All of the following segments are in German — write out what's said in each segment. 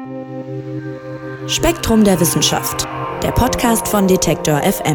Spektrum der Wissenschaft, der Podcast von Detektor FM.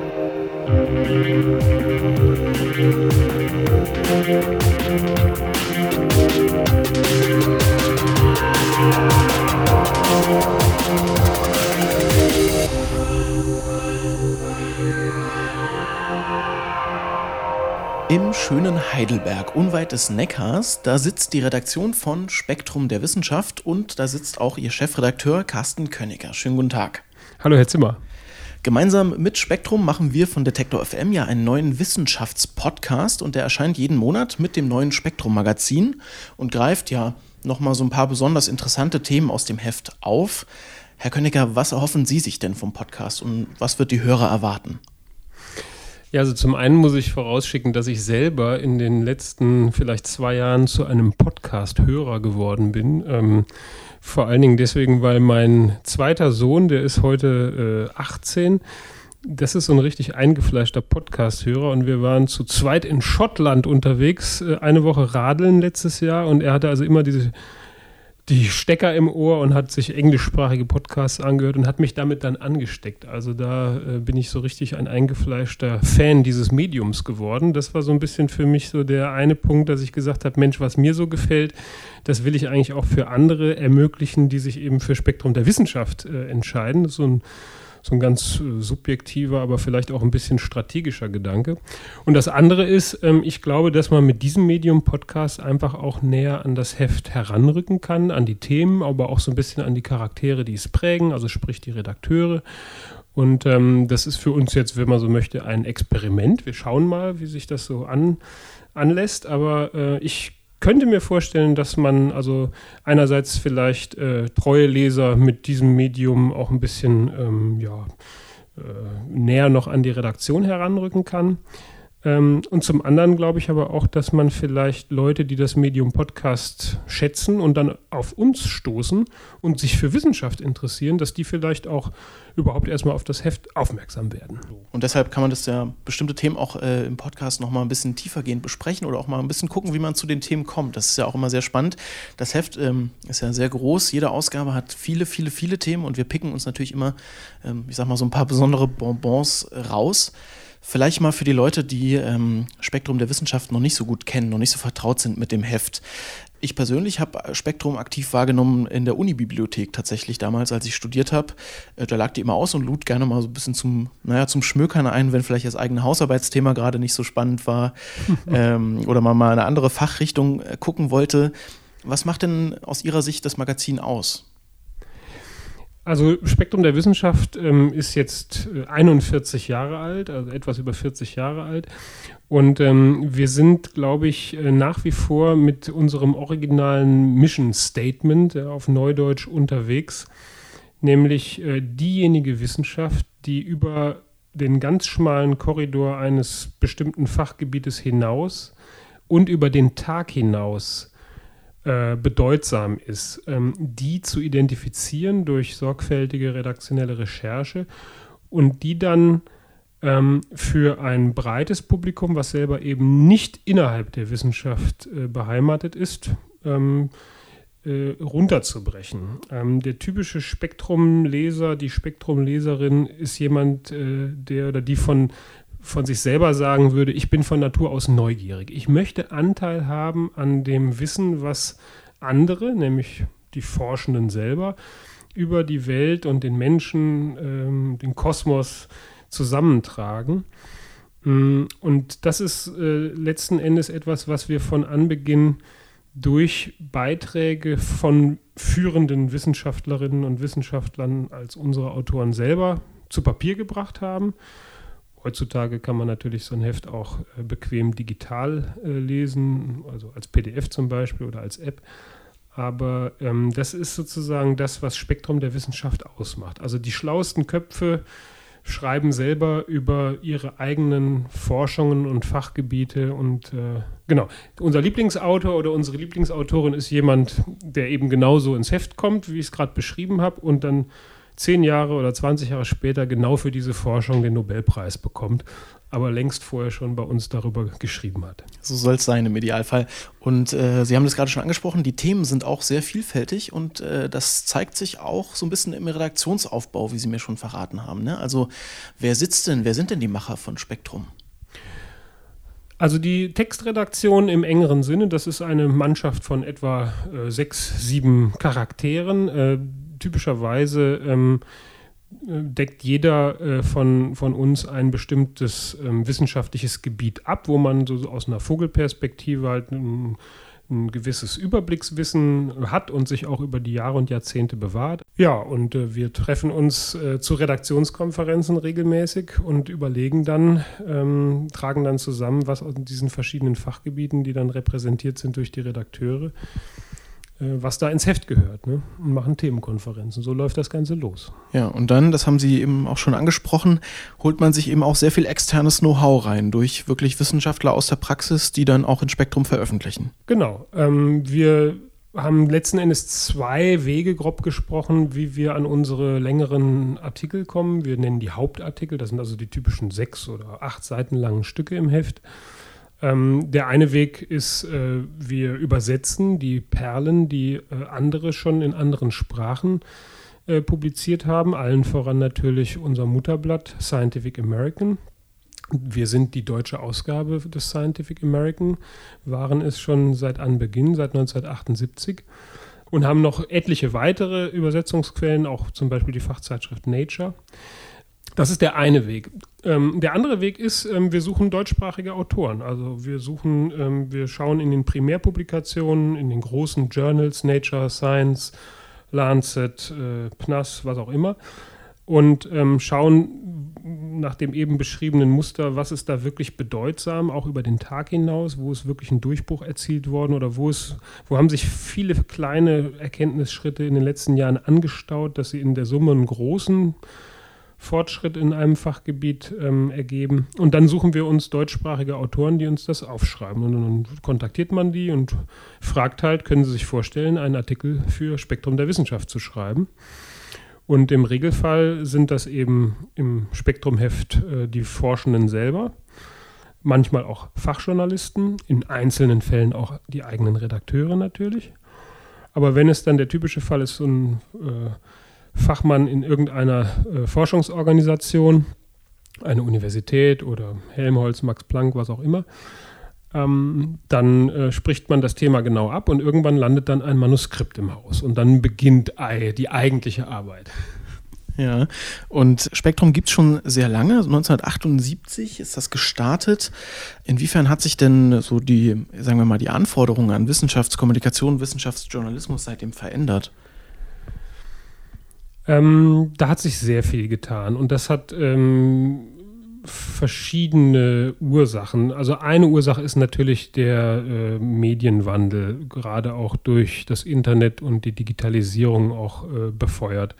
Im schönen Heidelberg, unweit des Neckars, da sitzt die Redaktion von Spektrum der Wissenschaft und da sitzt auch ihr Chefredakteur Carsten Königer. Schönen guten Tag. Hallo Herr Zimmer. Gemeinsam mit Spektrum machen wir von Detektor FM ja einen neuen Wissenschaftspodcast und der erscheint jeden Monat mit dem neuen Spektrum-Magazin und greift ja nochmal so ein paar besonders interessante Themen aus dem Heft auf. Herr Königer, was erhoffen Sie sich denn vom Podcast und was wird die Hörer erwarten? Ja, also zum einen muss ich vorausschicken, dass ich selber in den letzten vielleicht 2 Jahren zu einem Podcast-Hörer geworden bin. Vor allen Dingen deswegen, weil mein zweiter Sohn, der ist heute 18, das ist so ein richtig eingefleischter Podcast-Hörer und wir waren zu zweit in Schottland unterwegs, eine Woche radeln letztes Jahr und er hatte also immer die Stecker im Ohr und hat sich englischsprachige Podcasts angehört und hat mich damit dann angesteckt. Also da bin ich so richtig ein eingefleischter Fan dieses Mediums geworden. Das war so ein bisschen für mich so der eine Punkt, dass ich gesagt habe, Mensch, was mir so gefällt, das will ich eigentlich auch für andere ermöglichen, die sich eben für Spektrum der Wissenschaft entscheiden. Das ist so ein ganz subjektiver, aber vielleicht auch ein bisschen strategischer Gedanke. Und das andere ist, ich glaube, dass man mit diesem Medium-Podcast einfach auch näher an das Heft heranrücken kann, an die Themen, aber auch so ein bisschen an die Charaktere, die es prägen, also sprich die Redakteure. Und das ist für uns jetzt, wenn man so möchte, ein Experiment. Wir schauen mal, wie sich das so anlässt, aber ich könnte mir vorstellen, dass man also einerseits vielleicht treue Leser mit diesem Medium auch ein bisschen näher noch an die Redaktion heranrücken kann. Und zum anderen glaube ich aber auch, dass man vielleicht Leute, die das Medium Podcast schätzen und dann auf uns stoßen und sich für Wissenschaft interessieren, dass die vielleicht auch überhaupt erstmal auf das Heft aufmerksam werden. Und deshalb kann man das ja bestimmte Themen auch im Podcast nochmal ein bisschen tiefergehend besprechen oder auch mal ein bisschen gucken, wie man zu den Themen kommt. Das ist ja auch immer sehr spannend. Das Heft ist ja sehr groß. Jede Ausgabe hat viele Themen und wir picken uns natürlich immer, so ein paar besondere Bonbons raus. Vielleicht mal für die Leute, die Spektrum der Wissenschaft noch nicht so gut kennen, noch nicht so vertraut sind mit dem Heft. Ich persönlich habe Spektrum aktiv wahrgenommen in der Unibibliothek tatsächlich damals, als ich studiert habe. Da lag die immer aus und lud gerne mal so ein bisschen zum Schmökern ein, wenn vielleicht das eigene Hausarbeitsthema gerade nicht so spannend war oder man mal eine andere Fachrichtung gucken wollte. Was macht denn aus Ihrer Sicht das Magazin aus? Also Spektrum der Wissenschaft ist jetzt 41 Jahre alt, also etwas über 40 Jahre alt. Und wir sind, glaube ich, nach wie vor mit unserem originalen Mission Statement auf Neudeutsch unterwegs, nämlich diejenige Wissenschaft, die über den ganz schmalen Korridor eines bestimmten Fachgebietes hinaus und über den Tag hinaus bedeutsam ist, die zu identifizieren durch sorgfältige redaktionelle Recherche und die dann für ein breites Publikum, was selber eben nicht innerhalb der Wissenschaft beheimatet ist, runterzubrechen. Der typische Spektrum-Leser, die Spektrum-Leserin ist jemand, der oder die von sich selber sagen würde, ich bin von Natur aus neugierig. Ich möchte Anteil haben an dem Wissen, was andere, nämlich die Forschenden selber, über die Welt und den Menschen, den Kosmos zusammentragen. Und das ist letzten Endes etwas, was wir von Anbeginn durch Beiträge von führenden Wissenschaftlerinnen und Wissenschaftlern als unsere Autoren selber zu Papier gebracht haben. Heutzutage kann man natürlich so ein Heft auch bequem digital lesen, also als PDF zum Beispiel oder als App. Aber das ist sozusagen das, was Spektrum der Wissenschaft ausmacht. Also die schlauesten Köpfe schreiben selber über ihre eigenen Forschungen und Fachgebiete. Und genau, unser Lieblingsautor oder unsere Lieblingsautorin ist jemand, der eben genauso ins Heft kommt, wie ich es gerade beschrieben habe, und dann 10 Jahre oder 20 Jahre später genau für diese Forschung den Nobelpreis bekommt. aber längst vorher schon bei uns darüber geschrieben hat. So soll es sein im Idealfall. Und Sie haben das gerade schon angesprochen, die Themen sind auch sehr vielfältig und das zeigt sich auch so ein bisschen im Redaktionsaufbau, wie Sie mir schon verraten haben. Ne? Also wer sind denn die Macher von Spektrum? Also die Textredaktion im engeren Sinne, das ist eine Mannschaft von etwa 6, 7 Charakteren. Typischerweise deckt jeder von uns ein bestimmtes wissenschaftliches Gebiet ab, wo man so aus einer Vogelperspektive halt ein gewisses Überblickswissen hat und sich auch über die Jahre und Jahrzehnte bewahrt. Ja, und wir treffen uns zu Redaktionskonferenzen regelmäßig und überlegen dann, tragen dann zusammen, was aus diesen verschiedenen Fachgebieten, die dann repräsentiert sind durch die Redakteure, was da ins Heft gehört, ne? Und machen Themenkonferenzen. So läuft das Ganze los. Ja, und dann, das haben Sie eben auch schon angesprochen, holt man sich eben auch sehr viel externes Know-how rein durch wirklich Wissenschaftler aus der Praxis, die dann auch in Spektrum veröffentlichen. Genau. Wir haben letzten Endes 2 Wege grob gesprochen, wie wir an unsere längeren Artikel kommen. Wir nennen die Hauptartikel, das sind also die typischen 6 oder 8 Seiten langen Stücke im Heft. Der eine Weg ist, wir übersetzen die Perlen, die andere schon in anderen Sprachen publiziert haben, allen voran natürlich unser Mutterblatt Scientific American. Wir sind die deutsche Ausgabe des Scientific American, waren es schon seit Anbeginn, seit 1978 und haben noch etliche weitere Übersetzungsquellen, auch zum Beispiel die Fachzeitschrift Nature. Das ist der eine Weg. Der andere Weg ist, wir suchen deutschsprachige Autoren. Also wir schauen in den Primärpublikationen, in den großen Journals, Nature, Science, Lancet, PNAS, was auch immer, und schauen nach dem eben beschriebenen Muster, was ist da wirklich bedeutsam, auch über den Tag hinaus, wo ist wirklich ein Durchbruch erzielt worden oder wo haben sich viele kleine Erkenntnisschritte in den letzten Jahren angestaut, dass sie in der Summe einen großen Fortschritt in einem Fachgebiet ergeben. Und dann suchen wir uns deutschsprachige Autoren, die uns das aufschreiben. Und dann kontaktiert man die und fragt halt, können sie sich vorstellen, einen Artikel für Spektrum der Wissenschaft zu schreiben. Und im Regelfall sind das eben im Spektrumheft die Forschenden selber, manchmal auch Fachjournalisten, in einzelnen Fällen auch die eigenen Redakteure natürlich. Aber wenn es dann der typische Fall ist, so ein Fachmann in irgendeiner Forschungsorganisation, eine Universität oder Helmholtz, Max Planck, was auch immer, dann spricht man das Thema genau ab und irgendwann landet dann ein Manuskript im Haus und dann beginnt die eigentliche Arbeit. Ja, und Spektrum gibt es schon sehr lange, 1978 ist das gestartet. Inwiefern hat sich denn so die Anforderungen an Wissenschaftskommunikation, Wissenschaftsjournalismus seitdem verändert? Da hat sich sehr viel getan und das hat verschiedene Ursachen. Also eine Ursache ist natürlich der Medienwandel, gerade auch durch das Internet und die Digitalisierung auch befeuert.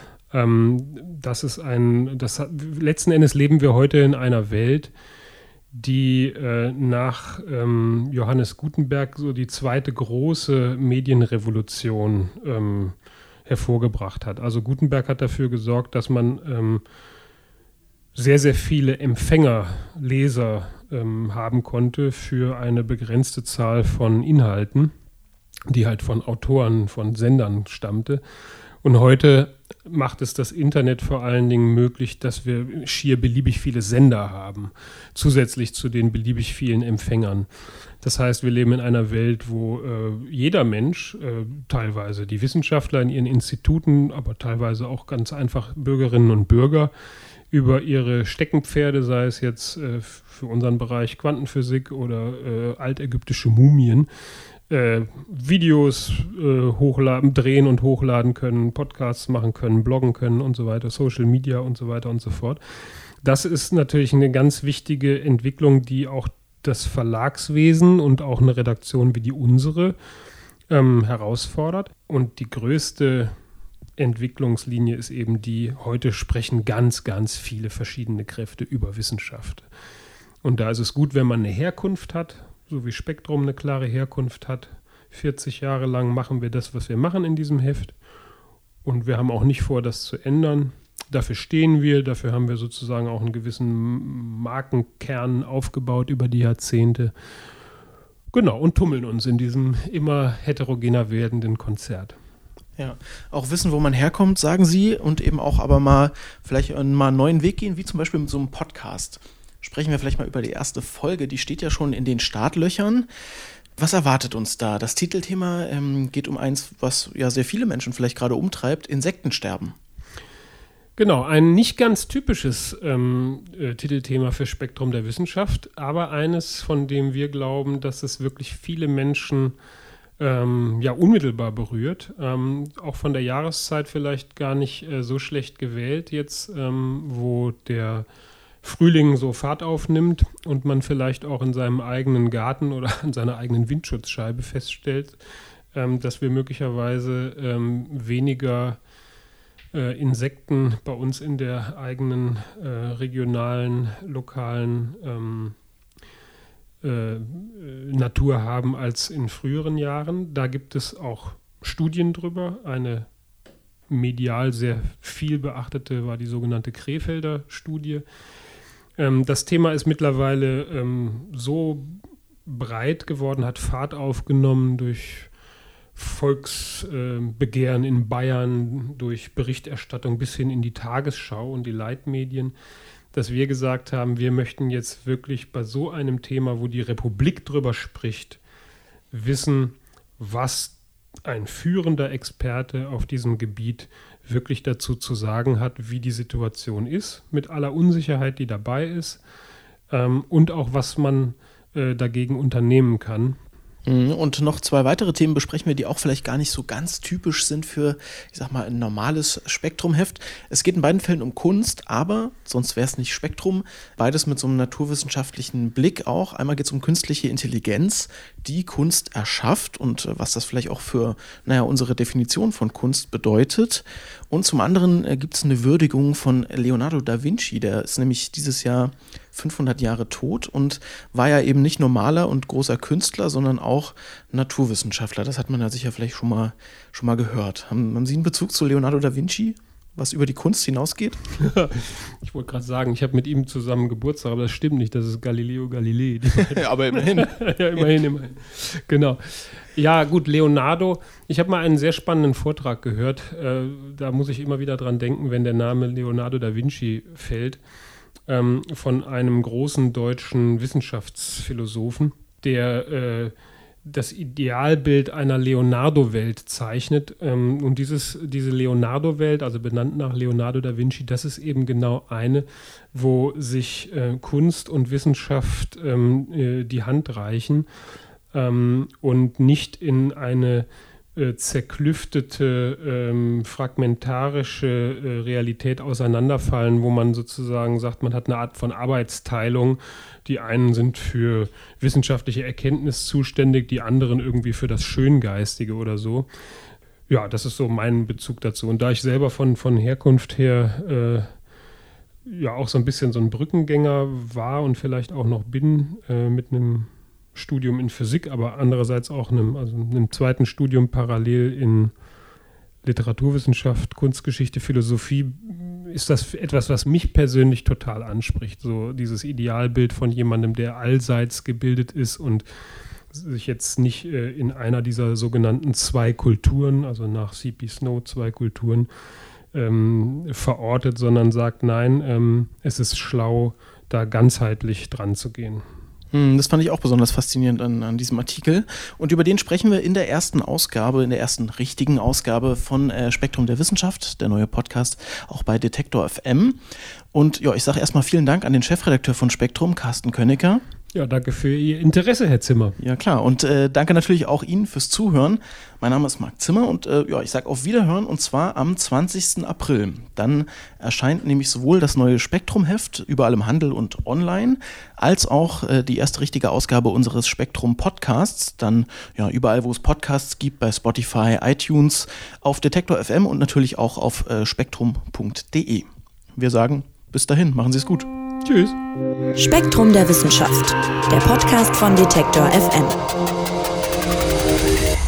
Letzten Endes leben wir heute in einer Welt, die nach Johannes Gutenberg so die zweite große Medienrevolution hervorgebracht hat. Also Gutenberg hat dafür gesorgt, dass man sehr, sehr viele Empfänger, Leser haben konnte für eine begrenzte Zahl von Inhalten, die halt von Autoren, von Sendern stammte. Und heute macht es das Internet vor allen Dingen möglich, dass wir schier beliebig viele Sender haben, zusätzlich zu den beliebig vielen Empfängern. Das heißt, wir leben in einer Welt, wo jeder Mensch, teilweise die Wissenschaftler in ihren Instituten, aber teilweise auch ganz einfach Bürgerinnen und Bürger, über ihre Steckenpferde, sei es jetzt für unseren Bereich Quantenphysik oder altägyptische Mumien, Videos drehen und hochladen können, Podcasts machen können, bloggen können und so weiter, Social Media und so weiter und so fort. Das ist natürlich eine ganz wichtige Entwicklung, die auch das Verlagswesen und auch eine Redaktion wie die unsere herausfordert. Und die größte Entwicklungslinie ist eben die, heute sprechen ganz, ganz viele verschiedene Kräfte über Wissenschaft. Und da ist es gut, wenn man eine Herkunft hat, so wie Spektrum eine klare Herkunft hat. 40 Jahre lang machen wir das, was wir machen in diesem Heft. Und wir haben auch nicht vor, das zu ändern. Dafür stehen wir, dafür haben wir sozusagen auch einen gewissen Markenkern aufgebaut über die Jahrzehnte. Genau, und tummeln uns in diesem immer heterogener werdenden Konzert. Ja, auch wissen, wo man herkommt, sagen Sie, und eben auch aber mal vielleicht mal einen neuen Weg gehen, wie zum Beispiel mit so einem Podcast. Sprechen wir vielleicht mal über die erste Folge, die steht ja schon in den Startlöchern. Was erwartet uns da? Das Titelthema geht um eins, was ja sehr viele Menschen vielleicht gerade umtreibt, Insektensterben. Genau, ein nicht ganz typisches Titelthema für Spektrum der Wissenschaft, aber eines, von dem wir glauben, dass es wirklich viele Menschen unmittelbar berührt. Auch von der Jahreszeit vielleicht gar nicht so schlecht gewählt jetzt, wo der Frühling so Fahrt aufnimmt und man vielleicht auch in seinem eigenen Garten oder an seiner eigenen Windschutzscheibe feststellt, dass wir möglicherweise weniger Insekten bei uns in der eigenen regionalen, lokalen Natur haben als in früheren Jahren. Da gibt es auch Studien drüber. Eine medial sehr viel beachtete war die sogenannte Krefelder Studie. Das Thema ist mittlerweile so breit geworden, hat Fahrt aufgenommen durch Volksbegehren in Bayern, durch Berichterstattung bis hin in die Tagesschau und die Leitmedien, dass wir gesagt haben, wir möchten jetzt wirklich bei so einem Thema, wo die Republik drüber spricht, wissen, was ein führender Experte auf diesem Gebiet wirklich dazu zu sagen hat, wie die Situation ist, mit aller Unsicherheit, die dabei ist, und auch, was man dagegen unternehmen kann. Und noch 2 weitere Themen besprechen wir, die auch vielleicht gar nicht so ganz typisch sind für, ich sag mal, ein normales Spektrumheft. Es geht in beiden Fällen um Kunst, aber sonst wäre es nicht Spektrum. Beides mit so einem naturwissenschaftlichen Blick auch. Einmal geht es um künstliche Intelligenz, die Kunst erschafft und was das vielleicht auch für, unsere Definition von Kunst bedeutet. Und zum anderen gibt es eine Würdigung von Leonardo da Vinci, der ist nämlich dieses Jahr 500 Jahre tot und war ja eben nicht nur Maler und großer Künstler, sondern auch Naturwissenschaftler. Das hat man ja sicher vielleicht schon mal gehört. Haben Sie einen Bezug zu Leonardo da Vinci, was über die Kunst hinausgeht? Ich wollte gerade sagen, ich habe mit ihm zusammen Geburtstag, aber das stimmt nicht, das ist Galileo Galilei. Aber immerhin. Ja, immerhin. Genau. Ja, gut, Leonardo. Ich habe mal einen sehr spannenden Vortrag gehört. Da muss ich immer wieder dran denken, wenn der Name Leonardo da Vinci fällt. Von einem großen deutschen Wissenschaftsphilosophen, der das Idealbild einer Leonardo-Welt zeichnet. Und diese Leonardo-Welt, also benannt nach Leonardo da Vinci, das ist eben genau eine, wo sich Kunst und Wissenschaft die Hand reichen und nicht in eine zerklüftete, fragmentarische Realität auseinanderfallen, wo man sozusagen sagt, man hat eine Art von Arbeitsteilung. Die einen sind für wissenschaftliche Erkenntnis zuständig, die anderen irgendwie für das Schöngeistige oder so. Ja, das ist so mein Bezug dazu. Und da ich selber von Herkunft her auch so ein bisschen so ein Brückengänger war und vielleicht auch noch bin mit einem Studium in Physik, aber andererseits auch einem zweiten Studium parallel in Literaturwissenschaft, Kunstgeschichte, Philosophie, ist das etwas, was mich persönlich total anspricht. So dieses Idealbild von jemandem, der allseits gebildet ist und sich jetzt nicht in einer dieser sogenannten 2 Kulturen, also nach C.P. Snow 2 Kulturen, verortet, sondern sagt, nein, es ist schlau, da ganzheitlich dran zu gehen. Das fand ich auch besonders faszinierend an diesem Artikel. Und über den sprechen wir in der ersten richtigen Ausgabe von Spektrum der Wissenschaft, der neue Podcast, auch bei Detektor FM. Und ja, ich sage erstmal vielen Dank an den Chefredakteur von Spektrum, Carsten Könnecker. Ja, danke für Ihr Interesse, Herr Zimmer. Ja, klar. Und danke natürlich auch Ihnen fürs Zuhören. Mein Name ist Marc Zimmer und ich sage auf Wiederhören und zwar am 20. April. Dann erscheint nämlich sowohl das neue Spektrum-Heft überall im Handel und online, als auch die erste richtige Ausgabe unseres Spektrum-Podcasts. Dann überall, wo es Podcasts gibt, bei Spotify, iTunes, auf Detektor FM und natürlich auch auf spektrum.de. Wir sagen bis dahin, machen Sie es gut. Tschüss. Spektrum der Wissenschaft, der Podcast von Detektor FM.